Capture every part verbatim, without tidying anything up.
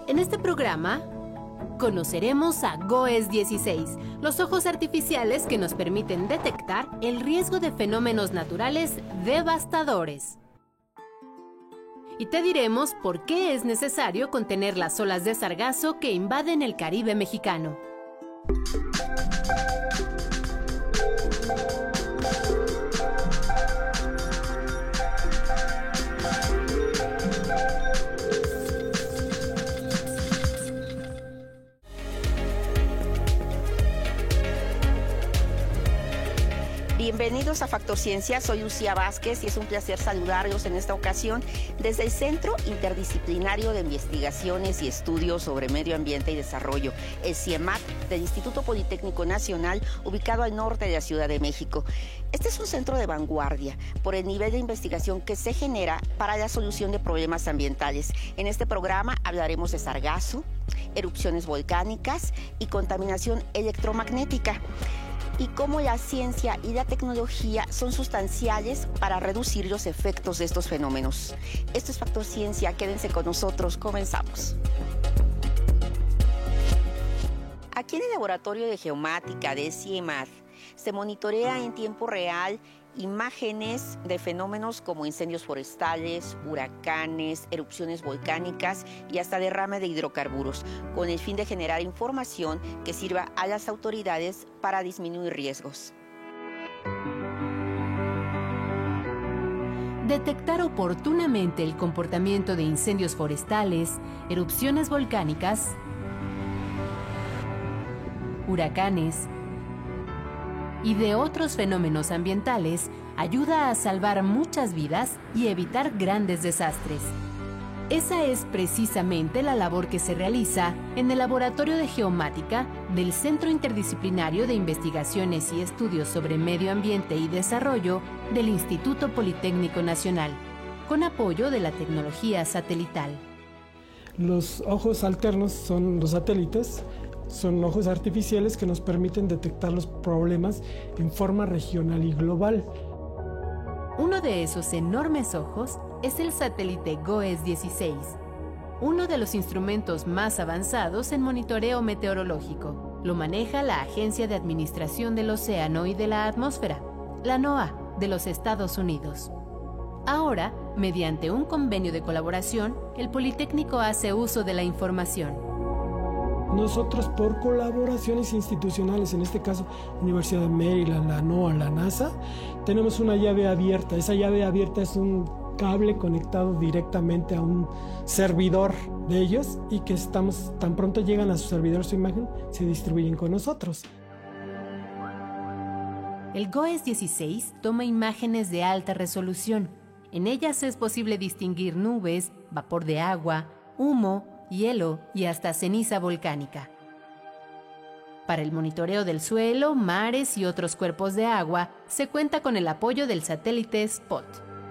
En este programa conoceremos a GOES dieciséis, los ojos artificiales que nos permiten detectar el riesgo de fenómenos naturales devastadores. Y te diremos por qué es necesario contener las olas de sargazo que invaden el Caribe mexicano. Bienvenidos a Factor Ciencia, soy Lucía Vázquez y es un placer saludarlos en esta ocasión desde el Centro Interdisciplinario de Investigaciones y Estudios sobre Medio Ambiente y Desarrollo, el CIEMAT del Instituto Politécnico Nacional, ubicado al norte de la Ciudad de México. Este es un centro de vanguardia por el nivel de investigación que se genera para la solución de problemas ambientales. En este programa hablaremos de sargazo, erupciones volcánicas y contaminación electromagnética, y cómo la ciencia y la tecnología son sustanciales para reducir los efectos de estos fenómenos. Esto es Factor Ciencia, quédense con nosotros, comenzamos. Aquí en el Laboratorio de Geomática de CIEMAT se monitorea en tiempo real imágenes de fenómenos como incendios forestales, huracanes, erupciones volcánicas y hasta derrame de hidrocarburos, con el fin de generar información que sirva a las autoridades para disminuir riesgos. Detectar oportunamente el comportamiento de incendios forestales, erupciones volcánicas, huracanes y de otros fenómenos ambientales ayuda a salvar muchas vidas y evitar grandes desastres. Esa es precisamente la labor que se realiza en el Laboratorio de Geomática del Centro Interdisciplinario de Investigaciones y Estudios sobre Medio Ambiente y Desarrollo del Instituto Politécnico Nacional, con apoyo de la tecnología satelital. Los ojos alternos son los satélites. Son ojos artificiales que nos permiten detectar los problemas en forma regional y global. Uno de esos enormes ojos es el satélite GOES dieciséis, uno de los instrumentos más avanzados en monitoreo meteorológico. Lo maneja la Agencia de Administración del Océano y de la Atmósfera, la NOAA, de los Estados Unidos. Ahora, mediante un convenio de colaboración, el Politécnico hace uso de la información. Nosotros, por colaboraciones institucionales, en este caso Universidad de Maryland, la NOAA, la NASA, tenemos una llave abierta. Esa llave abierta es un cable conectado directamente a un servidor de ellos y que estamos, tan pronto llegan a su servidor su imagen, se distribuyen con nosotros. El GOES dieciséis toma imágenes de alta resolución. En ellas es posible distinguir nubes, vapor de agua, humo, hielo y hasta ceniza volcánica. Para el monitoreo del suelo, mares y otros cuerpos de agua, se cuenta con el apoyo del satélite SPOT.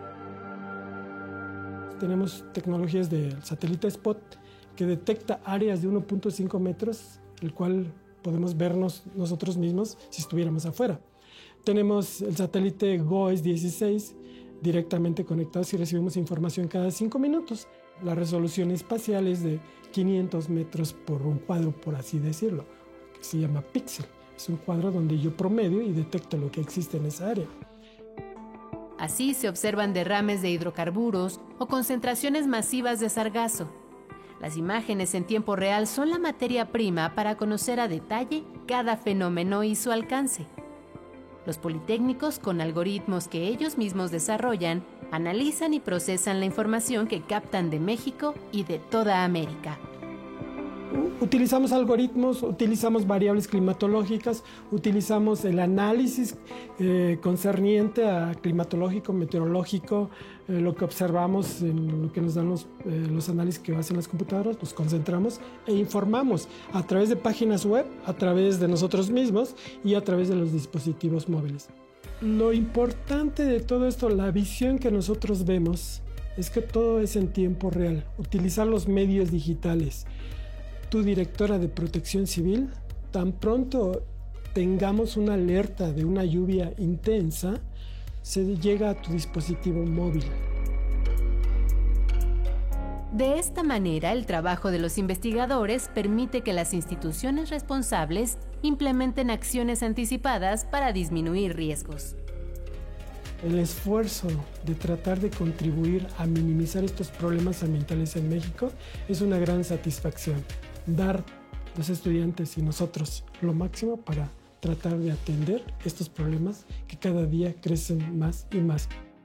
Tenemos tecnologías del satélite SPOT que detecta áreas de uno punto cinco metros, el cual podemos vernos nosotros mismos si estuviéramos afuera. Tenemos el satélite GOES dieciséis directamente conectados y recibimos información cada cinco minutos. La resolución espacial es de quinientos metros por un cuadro, por así decirlo, que se llama píxel. Es un cuadro donde yo promedio y detecto lo que existe en esa área. Así se observan derrames de hidrocarburos o concentraciones masivas de sargazo. Las imágenes en tiempo real son la materia prima para conocer a detalle cada fenómeno y su alcance. Los politécnicos, con algoritmos que ellos mismos desarrollan, analizan y procesan la información que captan de México y de toda América. Utilizamos algoritmos, utilizamos variables climatológicas, utilizamos el análisis eh, concerniente a climatológico, meteorológico, eh, lo que observamos, en lo que nos dan los, eh, los análisis que hacen las computadoras, los concentramos e informamos a través de páginas web, a través de nosotros mismos y a través de los dispositivos móviles. Lo importante de todo esto, la visión que nosotros vemos, es que todo es en tiempo real, utilizar los medios digitales. Tu directora de Protección Civil, tan pronto tengamos una alerta de una lluvia intensa, se llega a tu dispositivo móvil. De esta manera, el trabajo de los investigadores permite que las instituciones responsables implementen acciones anticipadas para disminuir riesgos. El esfuerzo de tratar de contribuir a minimizar estos problemas ambientales en México es una gran satisfacción. Dar los estudiantes y nosotros lo máximo para tratar de atender estos problemas que cada día crecen más y más.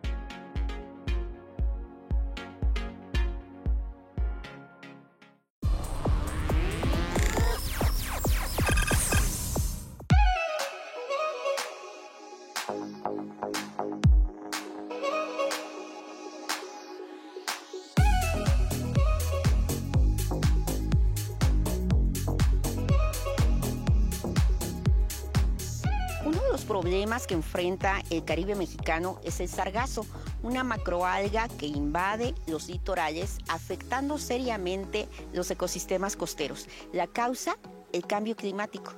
Problemas que enfrenta el Caribe mexicano es el sargazo, una macroalga que invade los litorales, afectando seriamente los ecosistemas costeros. La causa, el cambio climático.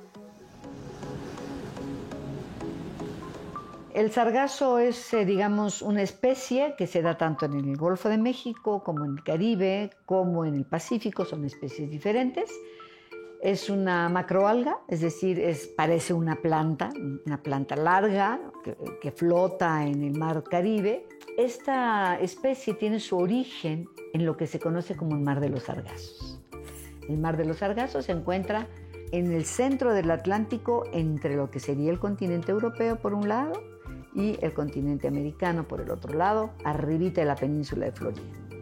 El sargazo es, eh, digamos, una especie que se da tanto en el Golfo de México como en el Caribe, como en el Pacífico, son especies diferentes. Es una macroalga, es decir, es, parece una planta, una planta larga que, que flota en el mar Caribe. Esta especie tiene su origen en lo que se conoce como el Mar de los Sargazos. El Mar de los Sargazos se encuentra en el centro del Atlántico, entre lo que sería el continente europeo por un lado y el continente americano por el otro lado, arribita de la península de Florida.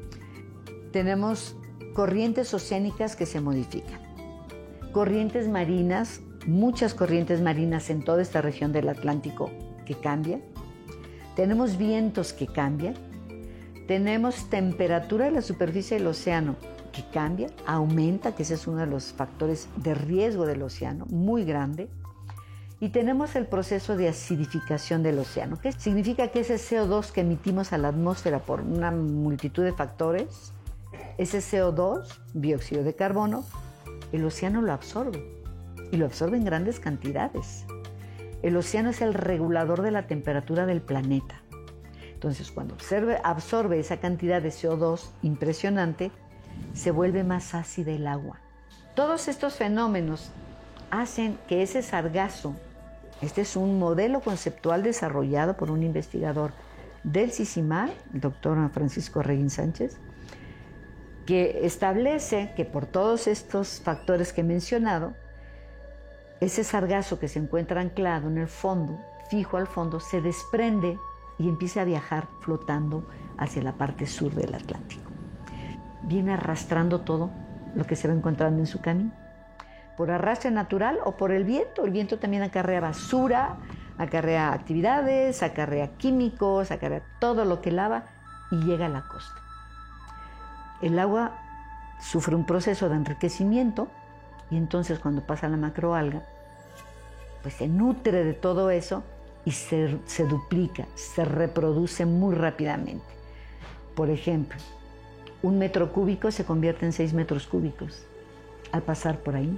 Tenemos corrientes oceánicas que se modifican. Corrientes marinas, muchas corrientes marinas en toda esta región del Atlántico que cambian. Tenemos vientos que cambian. Tenemos temperatura de la superficie del océano que cambia, aumenta, que ese es uno de los factores de riesgo del océano, muy grande. Y tenemos el proceso de acidificación del océano, que significa que ese C O dos que emitimos a la atmósfera por una multitud de factores, ese C O dos, dióxido de carbono, el océano lo absorbe, y lo absorbe en grandes cantidades. El océano es el regulador de la temperatura del planeta. Entonces, cuando absorbe, absorbe esa cantidad de C O dos impresionante, se vuelve más ácida el agua. Todos estos fenómenos hacen que ese sargazo, este es un modelo conceptual desarrollado por un investigador del CICIMAR, el doctor Francisco Reguín Sánchez, que establece que por todos estos factores que he mencionado, ese sargazo que se encuentra anclado en el fondo, fijo al fondo, se desprende y empieza a viajar flotando hacia la parte sur del Atlántico. Viene arrastrando todo lo que se va encontrando en su camino, por arrastre natural o por el viento. El viento también acarrea basura, acarrea actividades, acarrea químicos, acarrea todo lo que lava y llega a la costa. El agua sufre un proceso de enriquecimiento y entonces cuando pasa la macroalga, pues se nutre de todo eso y se, se duplica, se reproduce muy rápidamente. Por ejemplo, un metro cúbico se convierte en seis metros cúbicos al pasar por ahí.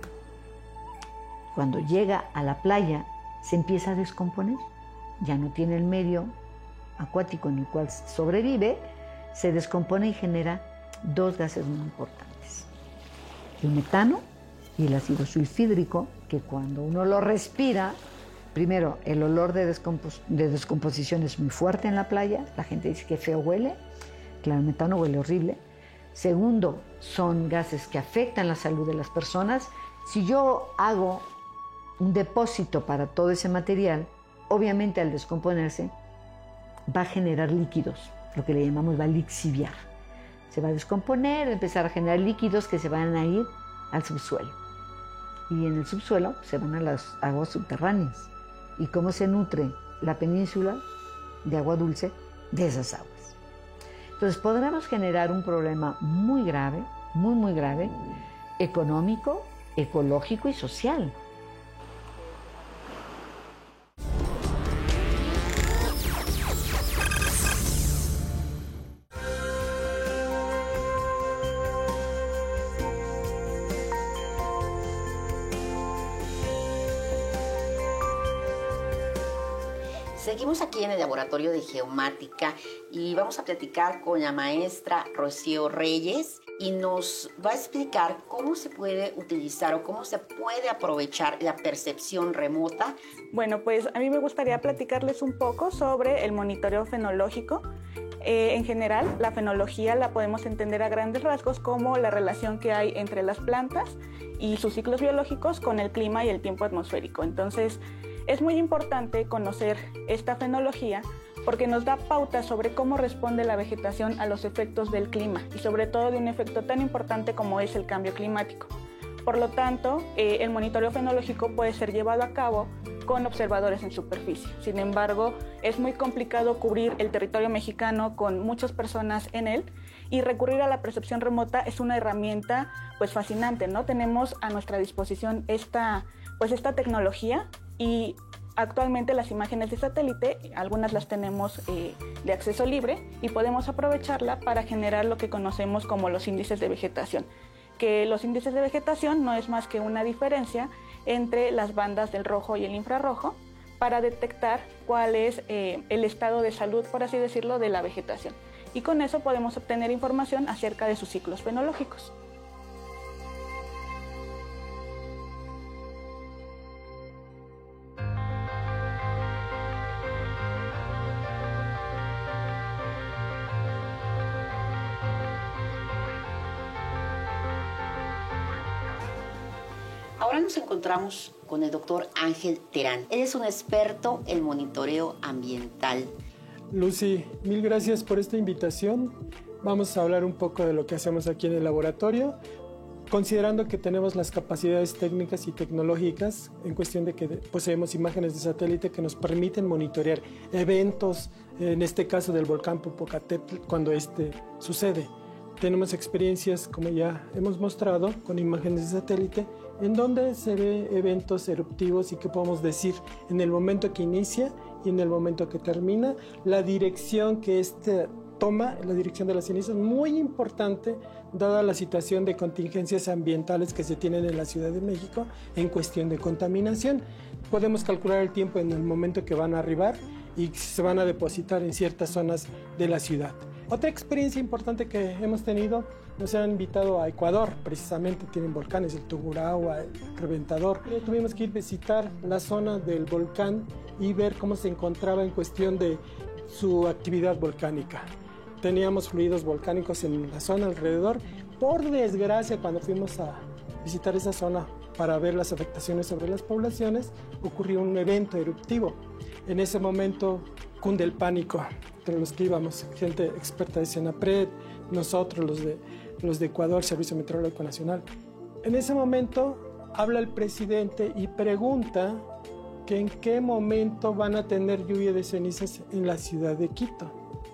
Cuando llega a la playa, se empieza a descomponer. Ya no tiene el medio acuático en el cual sobrevive, se descompone y genera dos gases muy importantes, el metano y el ácido sulfídrico, que cuando uno lo respira, primero, el olor de, descompos de descomposición es muy fuerte en la playa, la gente dice que feo huele, claro, el metano huele horrible. Segundo, son gases que afectan la salud de las personas. Si yo hago un depósito para todo ese material, obviamente al descomponerse va a generar líquidos, lo que le llamamos va a lixiviar. Se va a descomponer, empezar a generar líquidos que se van a ir al subsuelo. Y en el subsuelo se van a las aguas subterráneas. ¿Y cómo se nutre la península de agua dulce? De esas aguas. Entonces podremos generar un problema muy grave, muy, muy grave, económico, ecológico y social. Seguimos aquí en el Laboratorio de Geomática y vamos a platicar con la maestra Rocío Reyes. y nos va a explicar cómo se puede utilizar o cómo se puede aprovechar la percepción remota. Bueno, pues a mí me gustaría platicarles un poco sobre el monitoreo fenológico. Eh, en general, la fenología la podemos entender a grandes rasgos como la relación que hay entre las plantas y sus ciclos biológicos con el clima y el tiempo atmosférico. Entonces, es muy importante conocer esta fenología porque nos da pautas sobre cómo responde la vegetación a los efectos del clima y sobre todo de un efecto tan importante como es el cambio climático. Por lo tanto, eh, el monitoreo fenológico puede ser llevado a cabo con observadores en superficie. Sin embargo, es muy complicado cubrir el territorio mexicano con muchas personas en él y recurrir a la percepción remota es una herramienta pues fascinante, ¿no? Tenemos a nuestra disposición esta, pues, esta tecnología y actualmente las imágenes de satélite, algunas las tenemos eh, de acceso libre y podemos aprovecharla para generar lo que conocemos como los índices de vegetación. Que los índices de vegetación no es más que una diferencia entre las bandas del rojo y el infrarrojo para detectar cuál es eh, el estado de salud, por así decirlo, de la vegetación. Y con eso podemos obtener información acerca de sus ciclos fenológicos. Ahora nos encontramos con el doctor Ángel Terán. Él es un experto en monitoreo ambiental. Lucy, mil gracias por esta invitación. Vamos a hablar un poco de lo que hacemos aquí en el laboratorio, considerando que tenemos las capacidades técnicas y tecnológicas en cuestión de que poseemos imágenes de satélite que nos permiten monitorear eventos, en este caso del volcán Popocatépetl, cuando este sucede. Tenemos experiencias, como ya hemos mostrado, con imágenes de satélite, en donde se ve eventos eruptivos y que podemos decir en el momento que inicia y en el momento que termina, la dirección que este toma, la dirección de la ceniza, es muy importante dada la situación de contingencias ambientales que se tienen en la Ciudad de México en cuestión de contaminación. Podemos calcular el tiempo en el momento que van a arribar y se van a depositar en ciertas zonas de la ciudad. Otra experiencia importante que hemos tenido, nos han invitado a Ecuador, precisamente tienen volcanes, el Tungurahua, el Reventador. Tuvimos que ir a visitar la zona del volcán y ver cómo se encontraba en cuestión de su actividad volcánica. Teníamos fluidos volcánicos en la zona alrededor. Por desgracia, cuando fuimos a visitar esa zona para ver las afectaciones sobre las poblaciones, ocurrió un evento eruptivo. En ese momento cunde el pánico entre los que íbamos, gente experta de Senapred, nosotros, los de, los de Ecuador, Servicio Meteorológico Nacional. En ese momento habla el presidente y pregunta que en qué momento van a tener lluvia de cenizas en la ciudad de Quito.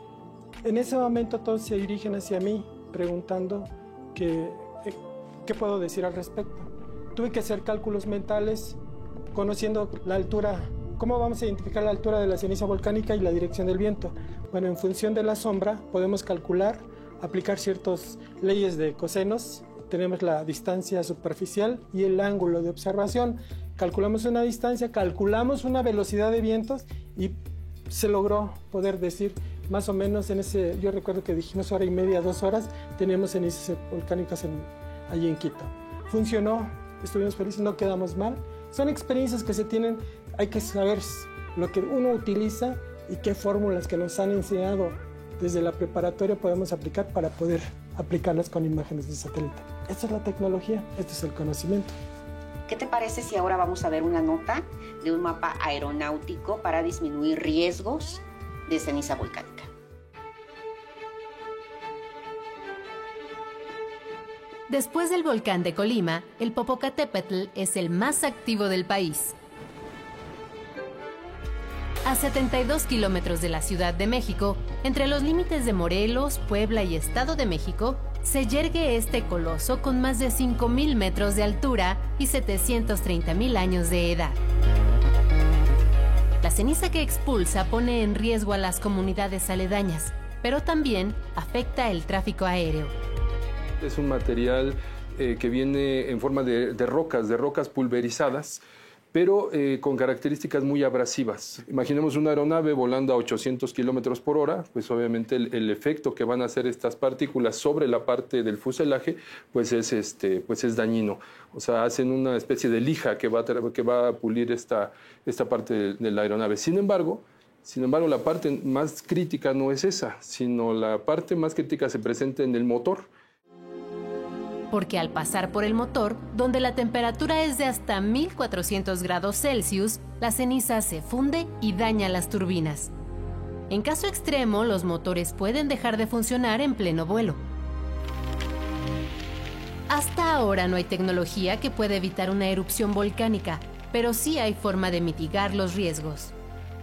En ese momento todos se dirigen hacia mí preguntando que, qué puedo decir al respecto. Tuve que hacer cálculos mentales conociendo la altura. ¿Cómo vamos a identificar la altura de la ceniza volcánica y la dirección del viento? Bueno, en función de la sombra podemos calcular, aplicar ciertas leyes de cosenos. Tenemos la distancia superficial y el ángulo de observación. Calculamos una distancia, calculamos una velocidad de vientos y se logró poder decir más o menos en ese, yo recuerdo que dijimos hora y media, dos horas, teníamos cenizas volcánicas en, allí en Quito. Funcionó, estuvimos felices, no quedamos mal. Son experiencias que se tienen, hay que saber lo que uno utiliza y qué fórmulas que nos han enseñado desde la preparatoria podemos aplicar para poder aplicarlas con imágenes de satélite. Esta es la tecnología, este es el conocimiento. ¿Qué te parece si ahora vamos a ver una nota de un mapa aeronáutico para disminuir riesgos de ceniza volcánica? Después del volcán de Colima, el Popocatépetl es el más activo del país. A setenta y dos kilómetros de la Ciudad de México, entre los límites de Morelos, Puebla y Estado de México, se yergue este coloso con más de cinco mil metros de altura y setecientos treinta mil años de edad. La ceniza que expulsa pone en riesgo a las comunidades aledañas, pero también afecta el tráfico aéreo. Es un material eh, que viene en forma de, de rocas, de rocas pulverizadas, pero eh, con características muy abrasivas. Imaginemos una aeronave volando a ochocientos kilómetros por hora, pues obviamente el, el efecto que van a hacer estas partículas sobre la parte del fuselaje, pues es, este, pues es dañino. O sea, hacen una especie de lija que va a, que va a pulir esta, esta parte de, de la aeronave. Sin embargo, Sin embargo, la parte más crítica no es esa, sino la parte más crítica se presenta en el motor. Porque al pasar por el motor, donde la temperatura es de hasta mil cuatrocientos grados Celsius, la ceniza se funde y daña las turbinas. En caso extremo, los motores pueden dejar de funcionar en pleno vuelo. Hasta ahora no hay tecnología que pueda evitar una erupción volcánica, pero sí hay forma de mitigar los riesgos.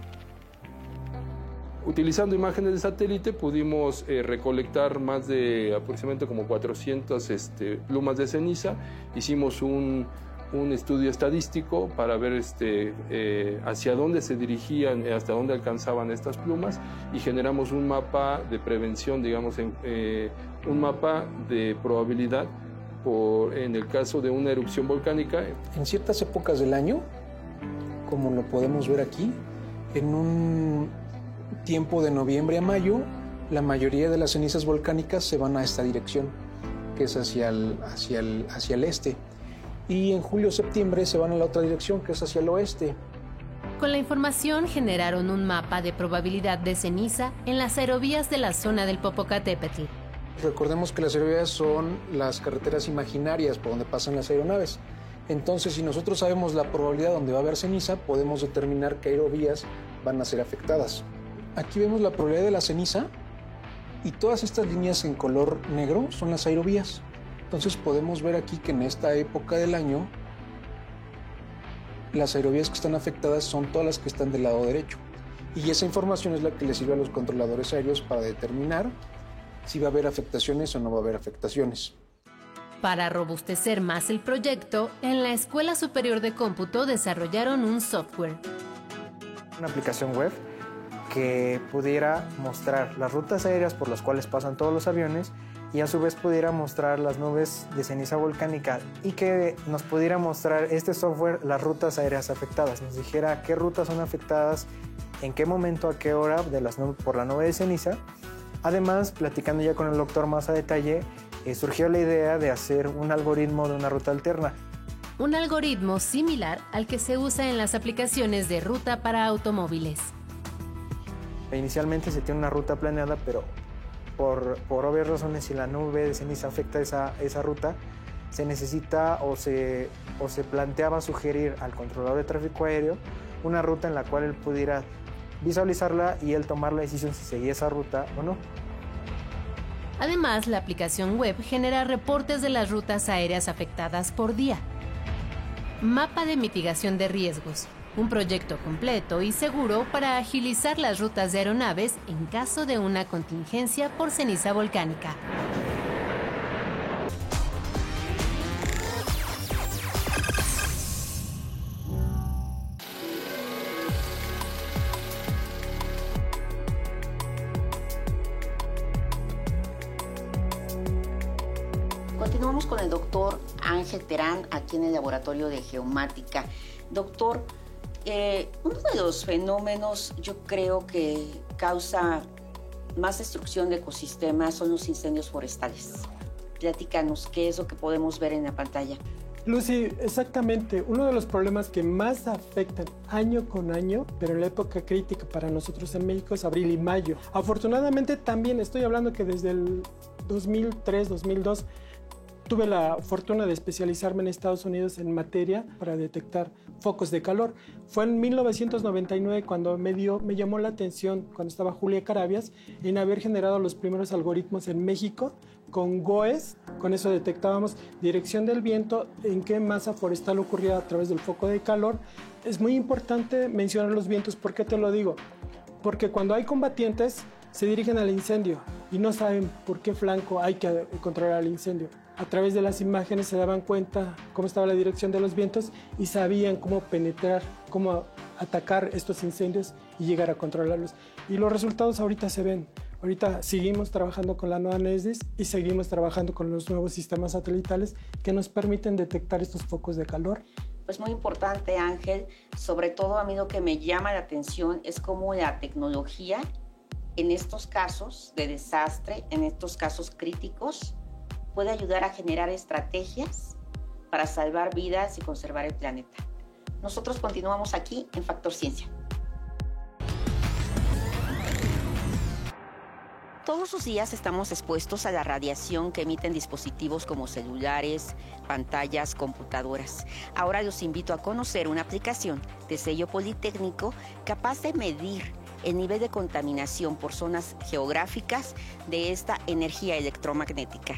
Utilizando imágenes de satélite pudimos eh, recolectar más de aproximadamente como cuatrocientas este, plumas de ceniza. Hicimos un, un estudio estadístico para ver este, eh, hacia dónde se dirigían, hasta dónde alcanzaban estas plumas, y generamos un mapa de prevención, digamos, en, eh, un mapa de probabilidad por, en el caso de una erupción volcánica. En ciertas épocas del año, como lo podemos ver aquí, en un tiempo de noviembre a mayo, la mayoría de las cenizas volcánicas se van a esta dirección, que es hacia el, hacia el, hacia el este. Y en julio-septiembre se van a la otra dirección, que es hacia el oeste. Con la información generaron un mapa de probabilidad de ceniza en las aerovías de la zona del Popocatépetl. Recordemos que las aerovías son las carreteras imaginarias por donde pasan las aeronaves. Entonces, si nosotros sabemos la probabilidad donde va a haber ceniza, podemos determinar qué aerovías van a ser afectadas. Aquí vemos la probabilidad de la ceniza y todas estas líneas en color negro son las aerovías. Entonces podemos ver aquí que en esta época del año las aerovías que están afectadas son todas las que están del lado derecho. Y esa información es la que le sirve a los controladores aéreos para determinar si va a haber afectaciones o no va a haber afectaciones. Para robustecer más el proyecto, en la Escuela Superior de Cómputo desarrollaron un software. Una aplicación web que pudiera mostrar las rutas aéreas por las cuales pasan todos los aviones y a su vez pudiera mostrar las nubes de ceniza volcánica y que nos pudiera mostrar este software las rutas aéreas afectadas, nos dijera qué rutas son afectadas, en qué momento, a qué hora de las por la nube de ceniza. Además, platicando ya con el doctor más a detalle, eh, surgió la idea de hacer un algoritmo de una ruta alterna. Un algoritmo similar al que se usa en las aplicaciones de ruta para automóviles. Inicialmente se tiene una ruta planeada, pero por, por obvias razones, si la nube de ceniza afecta esa, esa ruta, se necesita o se, o se planteaba sugerir al controlador de tráfico aéreo una ruta en la cual él pudiera visualizarla y él tomar la decisión si seguía esa ruta o no. Además, la aplicación web genera reportes de las rutas aéreas afectadas por día. Mapa de mitigación de riesgos. Un proyecto completo y seguro para agilizar las rutas de aeronaves en caso de una contingencia por ceniza volcánica. Continuamos con el doctor Ángel Terán, aquí en el Laboratorio de Geomática. Doctor, Eh, uno de los fenómenos, yo creo que causa más destrucción de ecosistemas son los incendios forestales. Platícanos, ¿qué es lo que podemos ver en la pantalla? Lucy, exactamente. Uno de los problemas que más afectan año con año, pero en la época crítica para nosotros en México, es abril y mayo. Afortunadamente también estoy hablando que desde el dos mil tres, dos mil dos, tuve la fortuna de especializarme en Estados Unidos en materia para detectar focos de calor. Fue en mil novecientos noventa y nueve cuando me, dio, me llamó la atención, cuando estaba Julia Carabias, en haber generado los primeros algoritmos en México con GOES. Con eso detectábamos dirección del viento, en qué masa forestal ocurría a través del foco de calor. Es muy importante mencionar los vientos. ¿Por qué te lo digo? Porque cuando hay combatientes, se dirigen al incendio y no saben por qué flanco hay que controlar el incendio. A través de las imágenes se daban cuenta cómo estaba la dirección de los vientos y sabían cómo penetrar, cómo atacar estos incendios y llegar a controlarlos. Y los resultados ahorita se ven. Ahorita seguimos trabajando con la nueva NESDIS y seguimos trabajando con los nuevos sistemas satelitales que nos permiten detectar estos focos de calor. Pues muy importante, Ángel. Sobre todo a mí lo que me llama la atención es cómo la tecnología en estos casos de desastre, en estos casos críticos, puede ayudar a generar estrategias para salvar vidas y conservar el planeta. Nosotros continuamos aquí en Factor Ciencia. Todos los días estamos expuestos a la radiación que emiten dispositivos como celulares, pantallas, computadoras. Ahora los invito a conocer una aplicación de sello Politécnico capaz de medir el nivel de contaminación por zonas geográficas de esta energía electromagnética.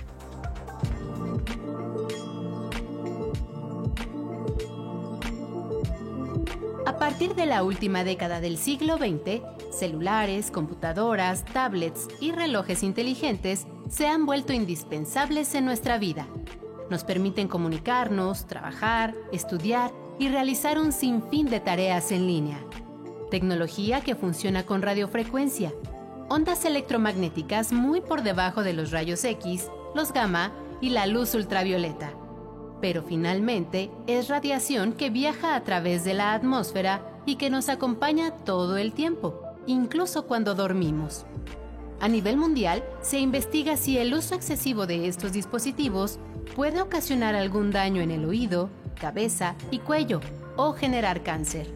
A partir de la última década del siglo veinte, celulares, computadoras, tablets y relojes inteligentes se han vuelto indispensables en nuestra vida. Nos permiten comunicarnos, trabajar, estudiar y realizar un sinfín de tareas en línea. Tecnología que funciona con radiofrecuencia, ondas electromagnéticas muy por debajo de los rayos X, los gamma y la luz ultravioleta. Pero finalmente es radiación que viaja a través de la atmósfera y que nos acompaña todo el tiempo, incluso cuando dormimos. A nivel mundial, se investiga si el uso excesivo de estos dispositivos puede ocasionar algún daño en el oído, cabeza y cuello o generar cáncer.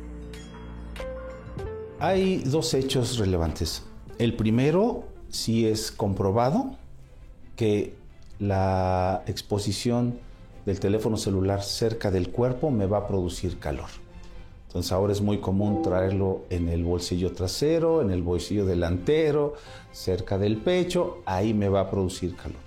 Hay dos hechos relevantes. El primero, sí es comprobado que la exposición del teléfono celular cerca del cuerpo me va a producir calor. Entonces ahora es muy común traerlo en el bolsillo trasero, en el bolsillo delantero, cerca del pecho, ahí me va a producir calor.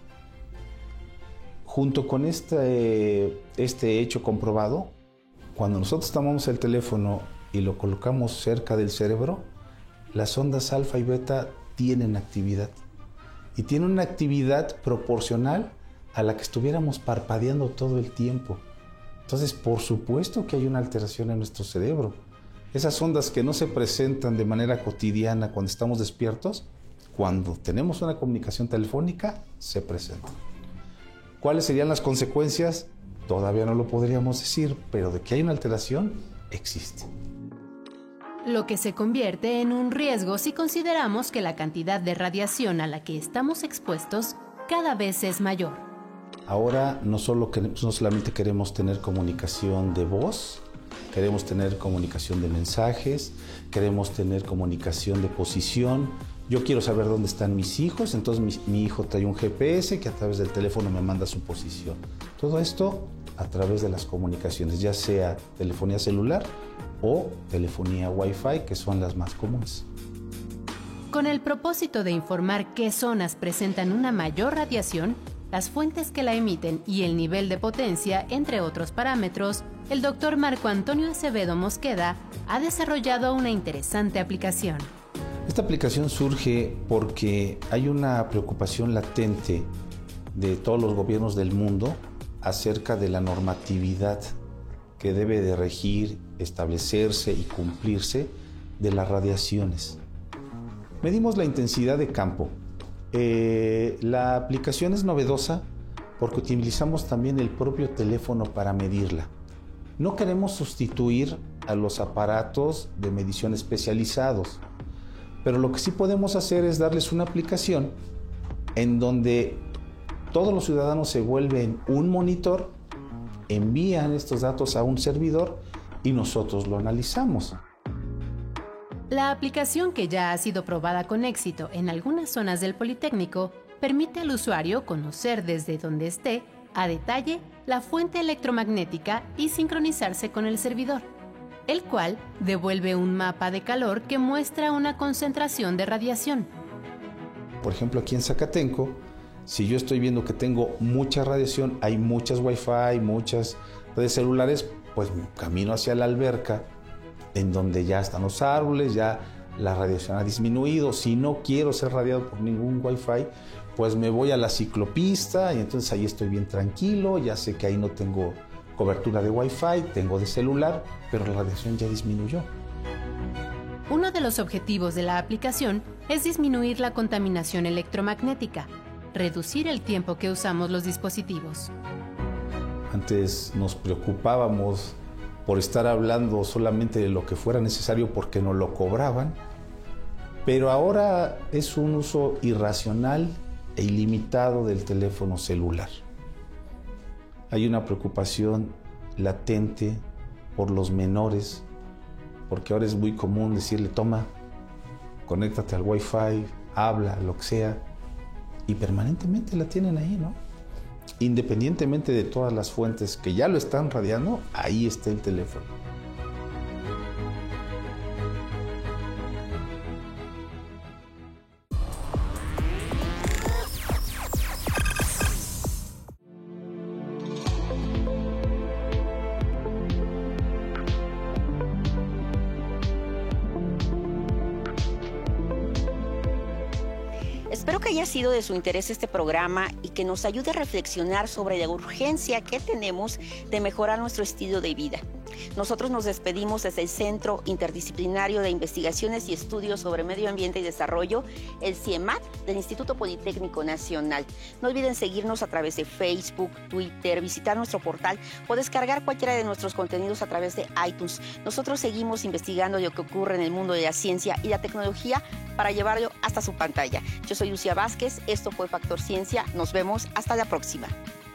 Junto con este, este hecho comprobado, cuando nosotros tomamos el teléfono y lo colocamos cerca del cerebro, las ondas alfa y beta tienen actividad. Y tienen una actividad proporcional a la que estuviéramos parpadeando todo el tiempo. Entonces, por supuesto que hay una alteración en nuestro cerebro. Esas ondas que no se presentan de manera cotidiana cuando estamos despiertos, cuando tenemos una comunicación telefónica, se presentan. ¿Cuáles serían las consecuencias? Todavía no lo podríamos decir, pero de que hay una alteración, existe. Lo que se convierte en un riesgo si consideramos que la cantidad de radiación a la que estamos expuestos cada vez es mayor. Ahora no, solo queremos, no solamente queremos tener comunicación de voz, queremos tener comunicación de mensajes, queremos tener comunicación de posición. Yo quiero saber dónde están mis hijos, entonces mi, mi hijo trae un G P S que a través del teléfono me manda su posición. Todo esto a través de las comunicaciones, ya sea telefonía celular o telefonía Wi-Fi, que son las más comunes. Con el propósito de informar qué zonas presentan una mayor radiación, las fuentes que la emiten y el nivel de potencia, entre otros parámetros, el doctor Marco Antonio Acevedo Mosqueda ha desarrollado una interesante aplicación. Esta aplicación surge porque hay una preocupación latente de todos los gobiernos del mundo acerca de la normatividad que debe de regir, establecerse y cumplirse de las radiaciones. Medimos la intensidad de campo. Eh, la aplicación es novedosa porque utilizamos también el propio teléfono para medirla. No queremos sustituir a los aparatos de medición especializados, pero lo que sí podemos hacer es darles una aplicación en donde todos los ciudadanos se vuelven un monitor, envían estos datos a un servidor y nosotros lo analizamos. La aplicación, que ya ha sido probada con éxito en algunas zonas del Politécnico, permite al usuario conocer desde donde esté, a detalle, la fuente electromagnética y sincronizarse con el servidor, el cual devuelve un mapa de calor que muestra una concentración de radiación. Por ejemplo, aquí en Zacatenco, si yo estoy viendo que tengo mucha radiación, hay muchas Wi-Fi, muchas redes celulares, pues camino hacia la alberca, en donde ya están los árboles, ya la radiación ha disminuido. Si no quiero ser radiado por ningún Wi-Fi, pues me voy a la ciclopista y entonces ahí estoy bien tranquilo, ya sé que ahí no tengo cobertura de Wi-Fi, tengo de celular, pero la radiación ya disminuyó. Uno de los objetivos de la aplicación es disminuir la contaminación electromagnética, reducir el tiempo que usamos los dispositivos. Antes nos preocupábamos por estar hablando solamente de lo que fuera necesario porque nos lo cobraban, pero ahora es un uso irracional e ilimitado del teléfono celular. Hay una preocupación latente por los menores, porque ahora es muy común decirle, toma, conéctate al Wi-Fi, habla, lo que sea, y permanentemente la tienen ahí, ¿no? Independientemente de todas las fuentes que ya lo están radiando, ahí está el teléfono. Espero que haya sido de su interés este programa y que nos ayude a reflexionar sobre la urgencia que tenemos de mejorar nuestro estilo de vida. Nosotros nos despedimos desde el Centro Interdisciplinario de Investigaciones y Estudios sobre Medio Ambiente y Desarrollo, el CIEMAT, del Instituto Politécnico Nacional. No olviden seguirnos a través de Facebook, Twitter, visitar nuestro portal o descargar cualquiera de nuestros contenidos a través de iTunes. Nosotros seguimos investigando lo que ocurre en el mundo de la ciencia y la tecnología para llevarlo hasta su pantalla. Yo soy Lucía Vázquez, esto fue Factor Ciencia, nos vemos hasta la próxima.